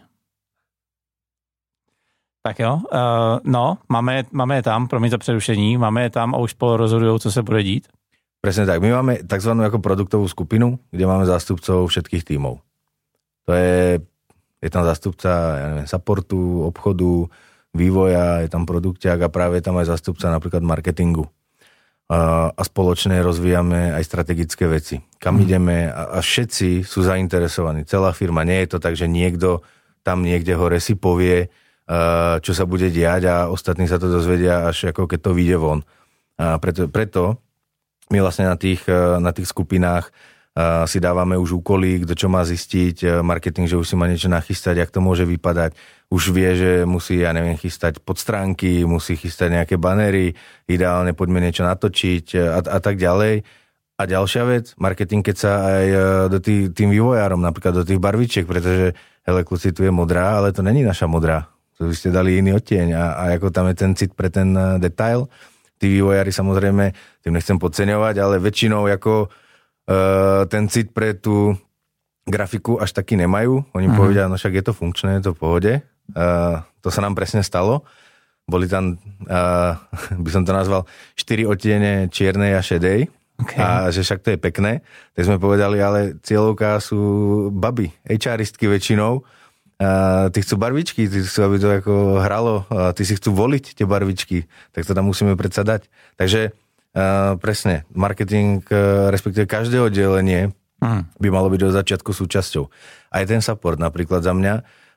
Tak jo, uh, no, máme, máme je tam, promiň za přerušení, máme je tam a už spolu rozhodujou, co se bude dít. Presne tak, my máme takzvanú ako produktovú skupinu, kde máme zástupcov všetkých tímov. To je, je tam zástupca, ja neviem, supportu, obchodu, vývoja, je tam produkťák a práve je tam aj zástupca napríklad marketingu. A, a spoločne rozvíjame aj strategické veci. Kam mm. ideme a, a všetci sú zainteresovaní. Celá firma, nie je to tak, že niekto tam niekde hore si povie, uh, čo sa bude diať a ostatní sa to dozvedia až ako keď to vyjde von. A preto, preto my vlastne na tých, na tých skupinách uh, si dávame už úkoly, kto čo má zistiť, uh, marketing, že už si má niečo nachystať, jak to môže vypadať. Už vie, že musí, ja neviem, chystať podstránky, musí chystať nejaké banery, ideálne poďme niečo natočiť a, a tak ďalej. A ďalšia vec, marketing, keď sa aj uh, do tý, tým vývojárom, napríklad do tých barvičiek, pretože hele, kluci, tu je modrá, ale to není naša modrá. To by ste dali iný odtieň a, a ako tam je ten cit pre ten uh, detail. Tí vývojári samozrejme, tým nechcem podceňovať, ale väčšinou ako uh, ten cit pre tú grafiku až taky nemajú. Oni mm. povedia, no však je to funkčné, je to v pohode. Uh, to sa nám presne stalo. Boli tam, uh, by som to nazval, štyri odtiene čiernej a šedej. Okay. A že však to je pekné. Tak sme povedali, ale cieľovka sú baby, HRistky väčšinou. Uh, ty chcú barvičky, ty chcú, aby to ako hralo, uh, ty si chcú voliť tie barvičky, tak to tam musíme predsa dať. Takže uh, presne, marketing, uh, respektíve každé oddelenie mm. by malo byť do začiatku súčasťou. Aj ten support napríklad za mňa,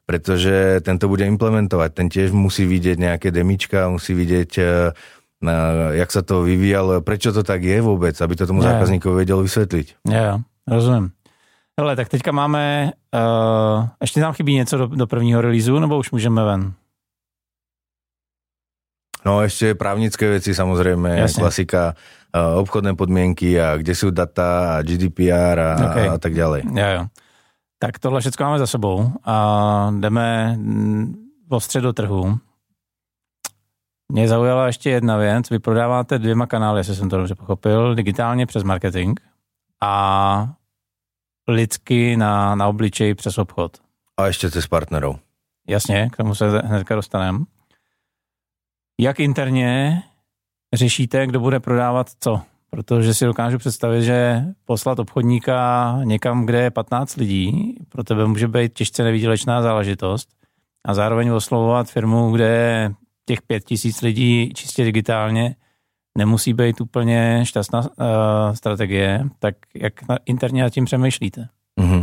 pretože ten to bude implementovať. Ten tiež musí vidieť nejaké demička, musí vidieť, na, jak sa to vyvíjalo, prečo to tak je vôbec, aby to tomu zákazníkovi vedel vysvetliť. Ja, rozumím. Hele, tak teďka máme, uh, ještě nám chybí něco do, do prvního releaseu, nebo už můžeme ven? No ešte právnické veci, samozrejme, Jasne. Klasika, uh, obchodné podmienky a kde sú data a G D P R a, okay. a, a tak ďalej. Jo, jo. Tak tohle všechno máme za sebou a jdeme ostře do trhu. Mě zaujala ještě jedna věc. Vy prodáváte dvěma kanály, jestli jsem to dobře pochopil, digitálně přes marketing a lidsky na, na obličej přes obchod. A ještě cez partnerov. Jasně, k tomu se hnedka dostaneme. Jak interně řešíte, kdo bude prodávat co? Protože si dokážu představit, že poslat obchodníka někam, kde je patnáct lidí, pro tebe může být těžce nevýdělečná záležitost a zároveň oslovovat firmu, kde je těch pět tisíc lidí čistě digitálně, nemusí být úplně šťastná uh, strategie. Tak jak na, interně nad tím přemýšlíte? Mm-hmm.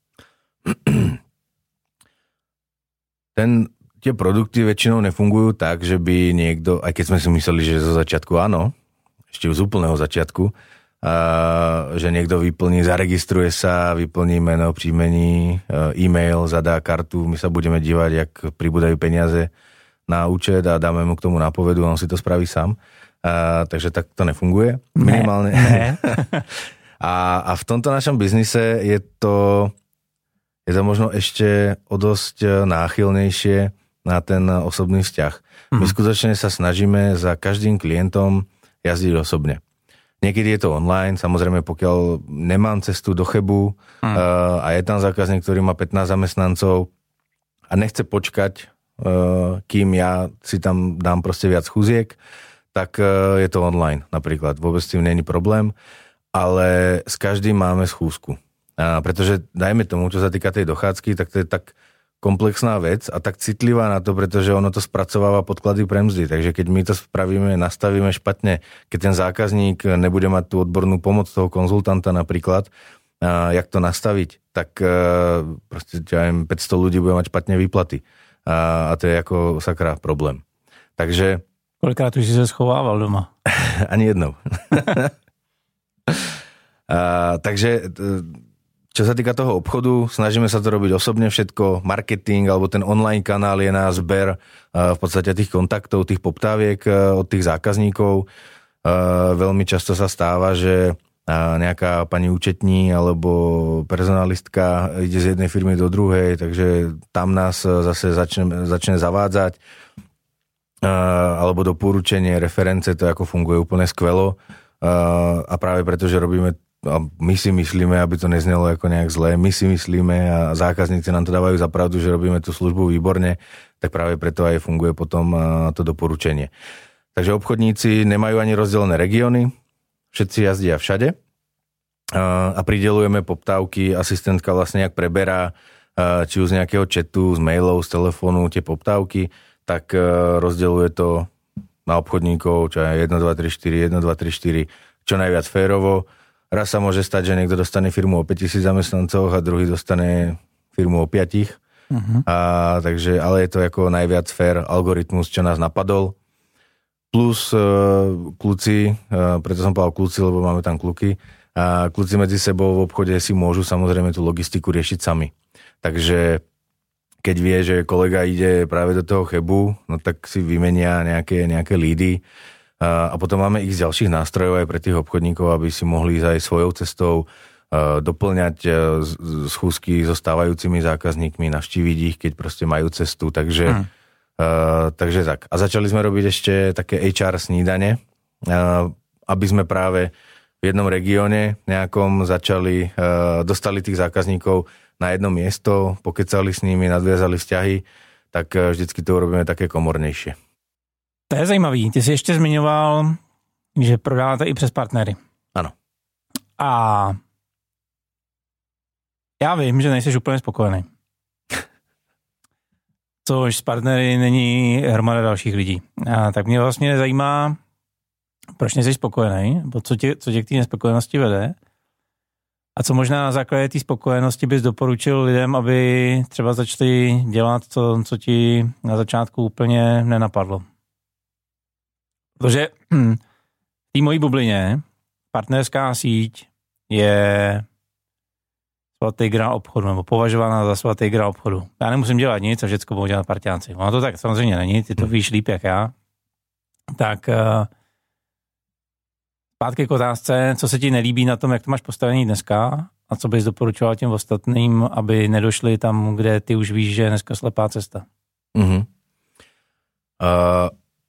Ten, tie produkty väčšinou nefungujú tak, že by niekto, aj keď sme si mysleli, že zo začiatku áno, ešte z úplného začiatku, a, že niekto vyplní, zaregistruje sa, vyplní meno, príjmení, e-mail, zadá kartu, my sa budeme dívať, jak pribúdajú peniaze na účet a dáme mu k tomu nápovedu a on si to spraví sám. A, takže tak to nefunguje. Minimálne. Ne, ne. a, a v tomto našom biznise je to, je to možno ešte o dosť náchylnejšie na ten osobný vzťah. Mm. My skutočne sa snažíme za každým klientom jazdiť osobne. Niekedy je to online, samozrejme pokiaľ nemám cestu do Chebu mm. uh, a je tam zákazník, ktorý má pätnásť zamestnancov a nechce počkať, uh, kým ja si tam dám proste viac chuziek, tak uh, je to online napríklad. Vôbec s tým není problém, ale s každým máme schúzku. Uh, pretože dajme tomu, čo sa týka tej dochádzky, tak to je tak komplexná vec a tak citlivá na to, pretože ono to spracováva podklady pre mzdy. Takže keď my to spravíme, nastavíme špatne, keď ten zákazník nebude mať tú odbornú pomoc toho konzultanta napríklad, a jak to nastaviť, tak proste ja viem, päťsto ľudí bude mať špatne výplaty. A, a to je ako sakra problém. Takže... Kolikrát už si sa schovával doma? Ani jednou. a, takže... Čo sa týka toho obchodu, snažíme sa to robiť osobne všetko, marketing alebo ten online kanál je na zber v podstate tých kontaktov, tých poptáviek od tých zákazníkov. Veľmi často sa stáva, že nejaká pani účetní alebo personalistka ide z jednej firmy do druhej, takže tam nás zase začne, začne zavádzať alebo doporučenie, reference, to ako funguje úplne skvelo a práve preto, že robíme a my si myslíme, aby to neznelo ako nejak zlé, my si myslíme a zákazníci nám to dávajú za pravdu, že robíme tú službu výborne, tak práve preto aj funguje potom to doporučenie. Takže obchodníci nemajú ani rozdelené regióny, všetci jazdia všade a pridelujeme poptávky, asistentka vlastne jak preberá či už z nejakého chatu, z mailov, z telefónu tie poptávky, tak rozdeľuje to na obchodníkov, čo je jeden, dva, tri, štyri, jeden, dva, tri, štyri, čo najviac férovo. Raz sa môže stať, že niekto dostane firmu o päťtisíc zamestnancov a druhý dostane firmu o piatich. Uh-huh. A, takže, ale je to ako najviac fair algoritmus, čo nás napadol. Plus uh, kluci, uh, preto som povedal kluci, lebo máme tam kluky, a kluci medzi sebou v obchode si môžu samozrejme tú logistiku riešiť sami. Takže keď vie, že kolega ide práve do toho Chebu, no tak si vymenia nejaké, nejaké lídy. A potom máme ich z ďalších nástrojov aj pre tých obchodníkov, aby si mohli ísť aj svojou cestou doplňať schúzky so stávajúcimi zákazníkmi, navštíviť ich, keď proste majú cestu. Takže, hmm. uh, takže tak. A začali sme robiť ešte také há er snídane, uh, aby sme práve v jednom regióne nejakom začali, uh, dostali tých zákazníkov na jedno miesto, pokecali s nimi, nadviazali vzťahy, tak uh, vždycky to urobíme také komornejšie. To je zajímavý. Ty jsi ještě zmiňoval, že prodáváte i přes partnery. Ano. A já vím, že nejsi úplně spokojený. Což s partnery není hromada dalších lidí. A tak mě vlastně zajímá, proč nejsi spokojený, nebo co tě, co tě k té nespokojenosti vede. A co možná na základě té spokojenosti bys doporučil lidem, aby třeba začali dělat to, co ti na začátku úplně nenapadlo? Protože hm, v té mojí bublině partnerská síť je svatý grál obchodu, nebo považována za svatý grál obchodu. Já nemusím dělat nic a všechno budou dělat parťáci. Ono to tak samozřejmě není, ty to víš líp jak já. Tak zpátky k otázce, co se ti nelíbí na tom, jak to máš postavený dneska a co bys doporučoval těm ostatním, aby nedošli tam, kde ty už víš, že je dneska slepá cesta. Uh-huh. Uh,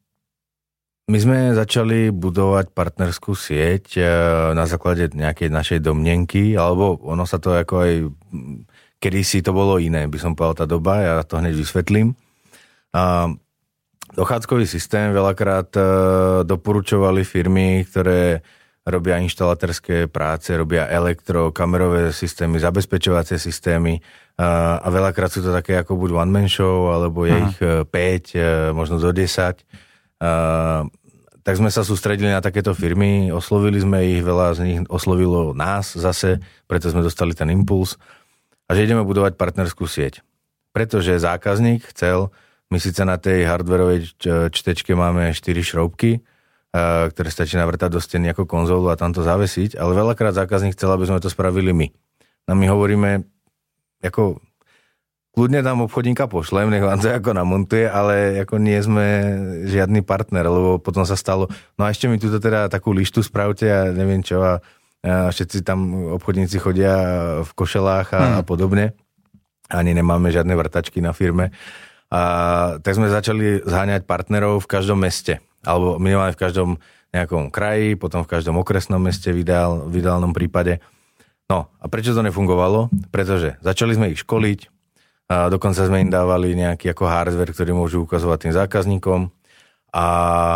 my sme začali budovať partnerskú sieť uh, na základe nejakej našej domnenky, alebo ono sa to ako aj kedysi to bolo iné, by som povedal tá doba, ja to hneď vysvetlím. Uh, dochádzkový systém veľakrát uh, doporučovali firmy, ktoré robia inštalaterské práce, robia elektro, kamerové systémy, zabezpečovacie systémy uh, a veľakrát sú to také ako buď one-man show, alebo je Aha. ich päť, uh, možno do desať. Uh, tak sme sa sústredili na takéto firmy, oslovili sme ich, veľa z nich oslovilo nás zase, preto sme dostali ten impuls a že ideme budovať partnerskú sieť. Pretože zákazník chcel, my síce na tej hardwareovej čtečke máme štyri šroubky, uh, ktoré stačí navrtať do steny ako konzolu a tam to zavesiť, ale veľakrát zákazník chcel, aby sme to spravili my. A my hovoríme, ako kľudne tam obchodníka pošlem, nech vám to ako namontuje, ale ako nie sme žiadny partner, lebo potom sa stalo, no a ešte mi tuto teda takú lištu spravte a neviem čo a, a všetci tam obchodníci chodia v košelách a, hmm. a podobne. Ani nemáme žiadne vrtačky na firme. A tak sme začali zháňať partnerov v každom meste, alebo minimálne v každom nejakom kraji, potom v každom okresnom meste v, ideál, v ideálnom prípade. No a prečo to nefungovalo? Pretože začali sme ich školiť, a dokonca sme im dávali nejaký ako hardware, ktorý môžu ukazovať tým zákazníkom a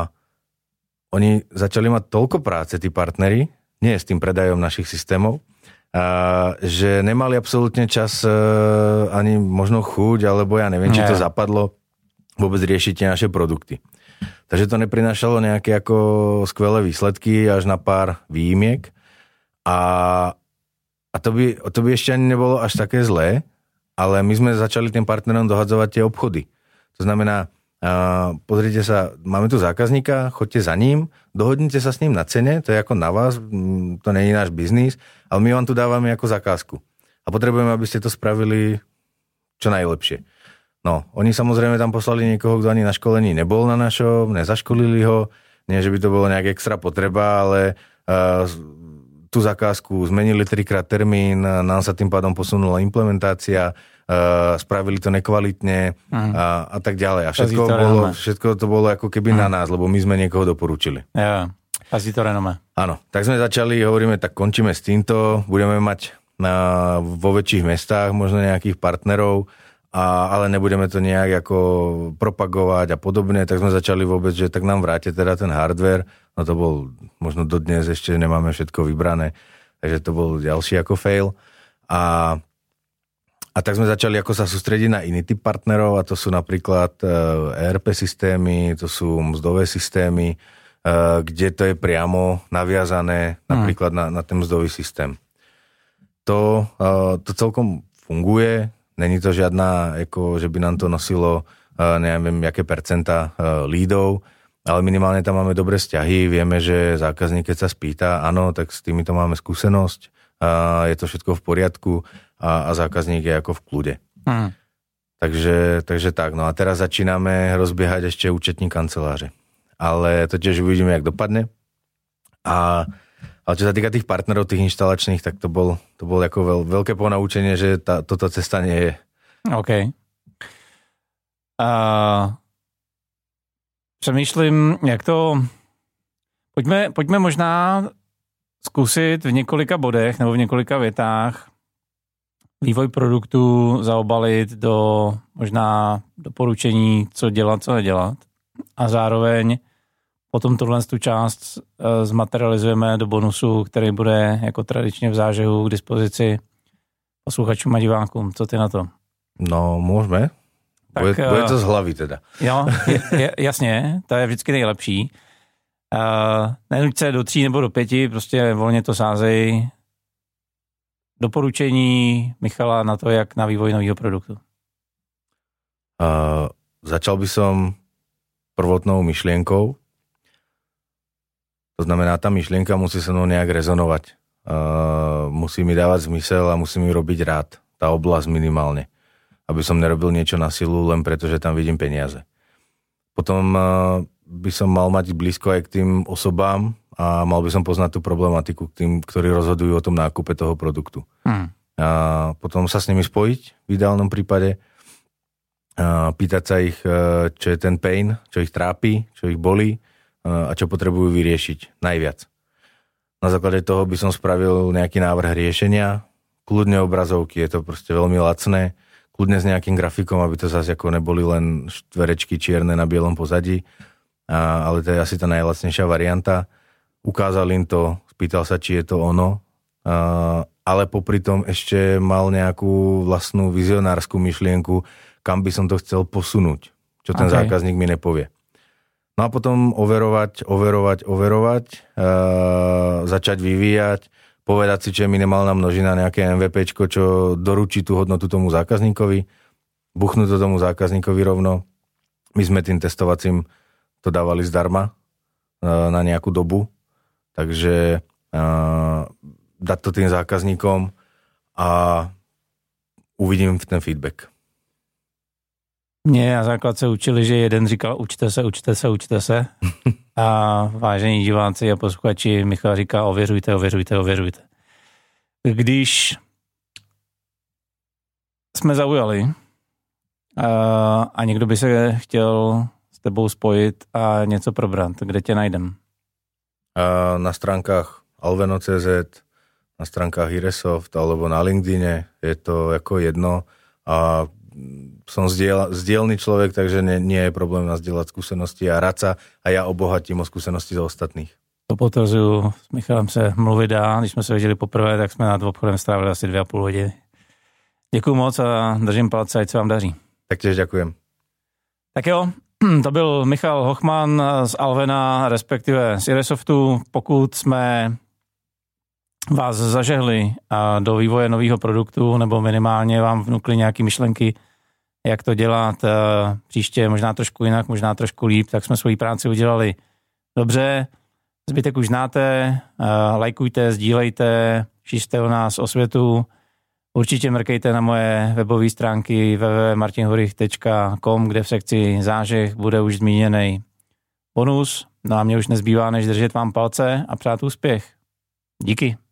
oni začali mať toľko práce, tí partneri, nie s tým predajom našich systémov, a že nemali absolútne čas ani možno chuť, alebo ja neviem, či to zapadlo vôbec riešiť tie naše produkty. Takže to neprinášalo nejaké ako skvelé výsledky až na pár výjimiek a, a to, by, to by ešte ani nebolo až také zlé, ale my sme začali tým partnerom dohadzovať tie obchody. To znamená, uh, pozrite sa, máme tu zákazníka, choďte za ním, dohodnite sa s ním na cene, to je ako na vás, to nie je náš biznis, ale my vám tu dávame ako zakázku. A potrebujeme, aby ste to spravili čo najlepšie. No, oni samozrejme tam poslali niekoho, kto ani na školení nebol na našom, nezaškolili ho, nie, že by to bolo nejak extra potreba, ale uh, tú zakázku zmenili trikrát termín, nám sa tým pádom posunula implementácia, uh, spravili to nekvalitne a, a tak ďalej. A všetko, to bolo, všetko to bolo ako keby uh. na nás, lebo my sme niekoho doporučili. Ja, asi to renome. Áno, tak sme začali, hovoríme, tak končíme s týmto, budeme mať na, vo väčších mestách možno nejakých partnerov, a, ale nebudeme to nejak ako propagovať a podobne, tak sme začali vôbec, že tak nám vráte teda ten hardware, no to bol, možno dodnes ešte nemáme všetko vybrané, takže to bol ďalší ako fail a, a tak sme začali ako sa sústrediť na iný typ partnerov a to sú napríklad é er pé systémy, to sú mzdové systémy, kde to je priamo naviazané napríklad na, na ten mzdový systém. To, to celkom funguje, není to žiadna, ako, že by nám to nosilo, neviem, jaké percenta lídov, ale minimálne tam máme dobré vzťahy, vieme, že zákazník, keď sa spýta, áno, tak s týmito máme skúsenosť, a je to všetko v poriadku a, a zákazník je ako v kľude. Mm. Takže, takže tak, no a teraz začíname rozbiehať ešte účetní kanceláře. Ale to tiež uvidíme, jak dopadne. A ale čo sa týka tých partnerov, tých inštalačných, tak to bol, to bol ako veľ, veľké ponaučenie, že tá, toto cesta nie je. OK. Uh, přemýšlím, jak to... Pojďme, pojďme možná zkusit v několika bodech nebo v několika větách vývoj produktu zaobalit do možná doporučení, co dělat, co nedělat. A zároveň potom tohle tu část zmaterializujeme do bonusu, který bude jako tradičně v zážehu k dispozici posluchačům a divákům. Co ty na to? No, můžeme. Tak, bude, bude to z hlavy teda. Jo, je, jasně, to je vždycky nejlepší. Uh, nenuď se do tří nebo do pěti, prostě volně to sázej. doporučení Michala na to, jak na vývoj nového produktu? Uh, začal by som prvotnou myšlienkou. To znamená, tá myšlienka musí sa mnou nejak rezonovať. Uh, musí mi dávať zmysel a musí mi robiť rád. Tá oblasť minimálne. Aby som nerobil niečo na silu, len preto, že tam vidím peniaze. Potom uh, by som mal mať blízko aj k tým osobám a mal by som poznať tú problematiku k tým, ktorí rozhodujú o tom nákupe toho produktu. Hmm. A potom sa s nimi spojiť v ideálnom prípade. A pýtať sa ich, čo je ten pain, čo ich trápi, čo ich bolí a čo potrebujú vyriešiť najviac. Na základe toho by som spravil nejaký návrh riešenia, kľudne obrazovky, je to proste veľmi lacné, kľudne s nejakým grafikom, aby to zase ako neboli len štverečky čierne na bielom pozadí, a, ale to je asi tá najlacnejšia varianta. Ukázal im to, spýtal sa, či je to ono, a, ale popri tom ešte mal nejakú vlastnú vizionárskú myšlienku, kam by som to chcel posunúť, čo ten okay. zákazník mi nepovie. No a potom overovať, overovať, overovať, uh, začať vyvíjať, povedať si, čo je minimálna množina, nejaké MVPčko, čo doručí tú hodnotu tomu zákazníkovi, buchnúť to tomu zákazníkovi rovno. My sme tým testovacím to dávali zdarma uh, na nejakú dobu, takže uh, dať to tým zákazníkom a uvidím ten feedback. Mě na základce učili, že jeden říkal učte se, učte se, učte se. A vážení diváci a posluchači, Michal říká ověřujte, ověřujte, ověřujte. Když jsme zaujali a, a někdo by se chtěl s tebou spojit a něco probrat, kde tě najdem? A na stránkách alveno tečka cé zet, na stránkách Iresoft alebo na LinkedIne, je to jako jedno a som zdiel, zdielný človek, takže nie, nie je problém nazdieľať skúsenosti a rád sa a ja obohatím o skúsenosti z ostatných. To potvrzuju, s Michalem se mluvit dá. Když jsme se viděli poprvé, tak jsme nad obchodem strávili asi dvě a půl hodiny. Děkuju moc a držím palce, ať se vám daří. Tak těž ďakujem. Tak jo, to byl Michal Hochman z Alvena, respektive z Iresoftu. Pokud jsme vás zažehli do vývoje nového produktu nebo minimálně vám vnukli nějaké myšlenky, jak to dělat příště, možná trošku jinak, možná trošku líp, tak jsme svoji práci udělali dobře. Zbytek už znáte, lajkujte, sdílejte, šířte o nás osvětu. Určitě mrkejte na moje webové stránky w w w tečka martin hurich tečka com, kde v sekci zážeh bude už zmíněný bonus. No a mě už nezbývá, než držet vám palce a přát úspěch. Díky.